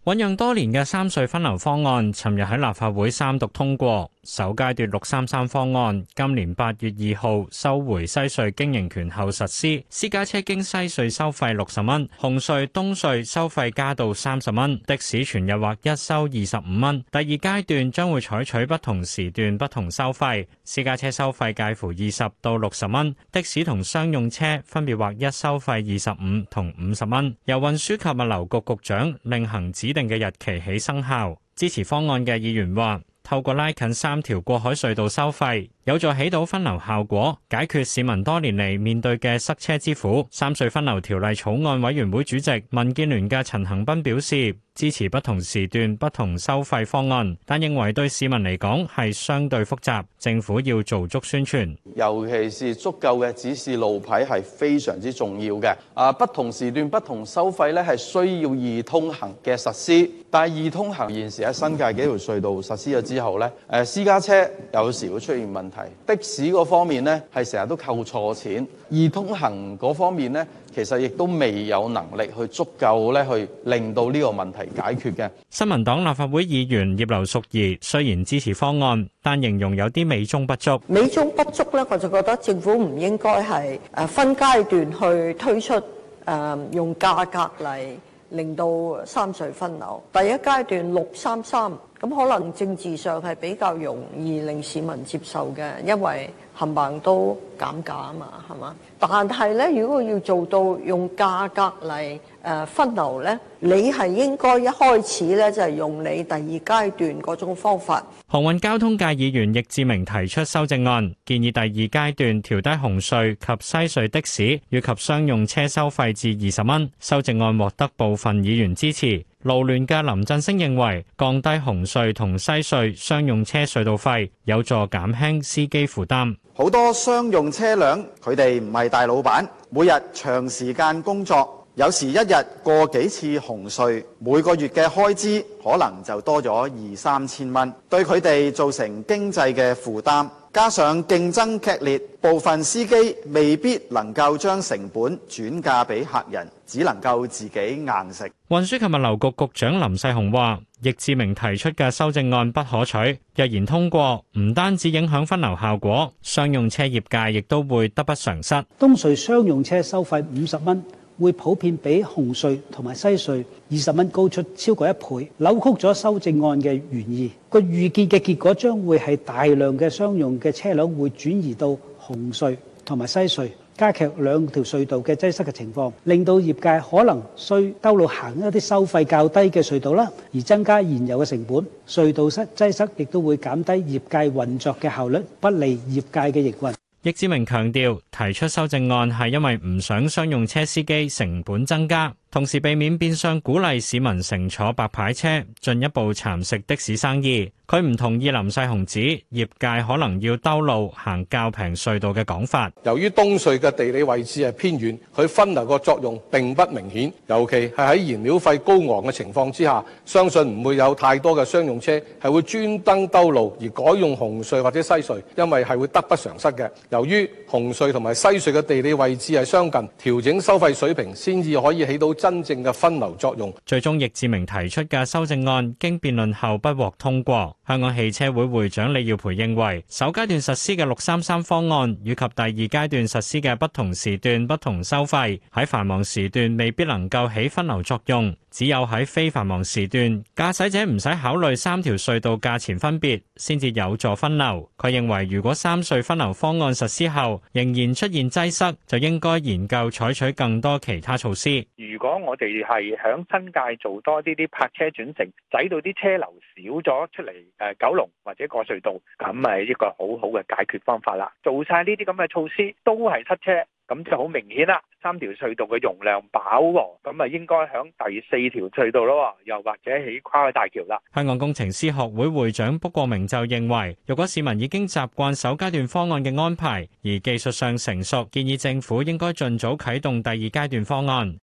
醞釀多年嘅三隧分流方案，尋日喺立法會三讀通過。首階段633方案，今年8月2號收回西隧經營權後實施，私家車經西隧收費60蚊，紅隧、東隧收費加到30蚊，的士全日劃一收25蚊。第二階段將會採取不同時段不同收費，私家車收費介乎20到60蚊，的士同商用車分別劃一收費25同50蚊。由運輸及物流局局長另行指定嘅日期起生效。支持方案嘅議員話，透過拉近3條過海隧道收費，有助起到分流效果，解決市民多年嚟面對嘅塞車之苦。三隧分流條例草案委員會主席民建聯嘅陳恒鑌表示，支持不同時段不同收費方案，但認為對市民嚟講係相對複雜，政府要做足宣傳， 尤其是足夠嘅指示路牌係非常之重要嘅。不同時段不同收費咧係需要易通行嘅實施，但係易通行現時喺新界幾條隧道實施咗之後咧，私家車有時會出現問題，的士嗰方面咧係成日都扣錯錢，易通行嗰方面咧其實亦都未有能力去足夠咧去令到呢個問題解決嘅。 新民黨立法會議員葉劉淑儀雖然支持方案，但形容有啲美中不足。 美中不足咧，我就覺得政府唔應該係分階段去推出用價格嚟令到三隧分流。第一階段633，咁可能政治上係比較容易令市民接受嘅，因為冚唪唥都減價啊嘛，係嘛？但係咧，如果要做到用價格嚟分流咧，你係應該一開始咧就係用你第二階段嗰種方法。 航運交通界議員易志明提出修正案，建議第二階段調低紅隧及西隧的士以及商用車收費至20蚊。修正案獲得部分議員支持。勞聯嘅林振昇認為，降低紅隧同西隧商用車隧道費有助減輕司機負擔。 好多商用車輛，佢哋唔係大老闆，每日長時間工作，有時一日過幾次紅隧，每個月嘅開支可能就多咗2-3千蚊，對佢哋造成經濟嘅負擔。加上競爭劇烈，部分司機未必能夠將成本轉嫁俾客人，只能夠自己硬食。 運輸及物流局局長林世雄話，易志明提出嘅修正案不可取，若然通過，唔單止影響分流效果，商用車業界亦都會得不償失。 東隧商用車收費50蚊。會普遍比紅隧同埋西隧20蚊高出超過1倍，扭曲咗修正案嘅原意。個預見嘅結果將會係大量嘅商用嘅車輛會轉移到紅隧同埋西隧，加劇兩條隧道嘅擠塞嘅情況，令到業界可能需兜路行一啲收費較低嘅隧道啦，而增加現有嘅成本。隧道擠塞亦都會減低業界運作嘅效率，不利業界嘅營運。 易志明強調，提出修正案係因為唔想商用車司機成本增加，同時避免變相鼓勵市民乘坐白牌車，進一步蠶食的士生意。佢唔同意林世雄指業界可能要兜路行較平隧道嘅講法。 由於東隧嘅地理位置係偏遠，佢分流個作用並不明顯，尤其係喺燃料費高昂嘅情況之下，相信唔會有太多嘅商用車係會專登兜路而改用紅隧或者西隧，因為係會得不償失嘅。由於紅隧同埋西隧嘅地理位置係相近，調整收費水平先至可以起到真正嘅分流作用。 最終易志明提出嘅修正案經辯論後不獲通過。香港汽車會會長李耀培認為，首階段實施嘅633方案以及第二階段實施嘅不同時段不同收費，喺繁忙時段未必能夠起分流作用，只有喺非繁忙時段，駕駛者唔使考慮3條隧道價錢分別，先至有助分流。佢認為，如果三隧分流方案實施後仍然出現擠塞，就應該研究採取更多其他措施。 如果我哋係響新界做多啲泊車轉乘，使到啲車流少咗出嚟九龍或者過隧道，咁係一個好好嘅解決方法啦。做晒呢啲咁嘅措施都係塞車，咁就好明顯啦。3條隧道嘅容量飽和，咁啊應該響第4條隧道咯，又或者起跨海大橋啦。 香港工程師學會會長卜國明就認為，如果市民已經習慣首階段方案嘅安排，而技術上成熟，建議政府應該盡早啟動第二階段方案。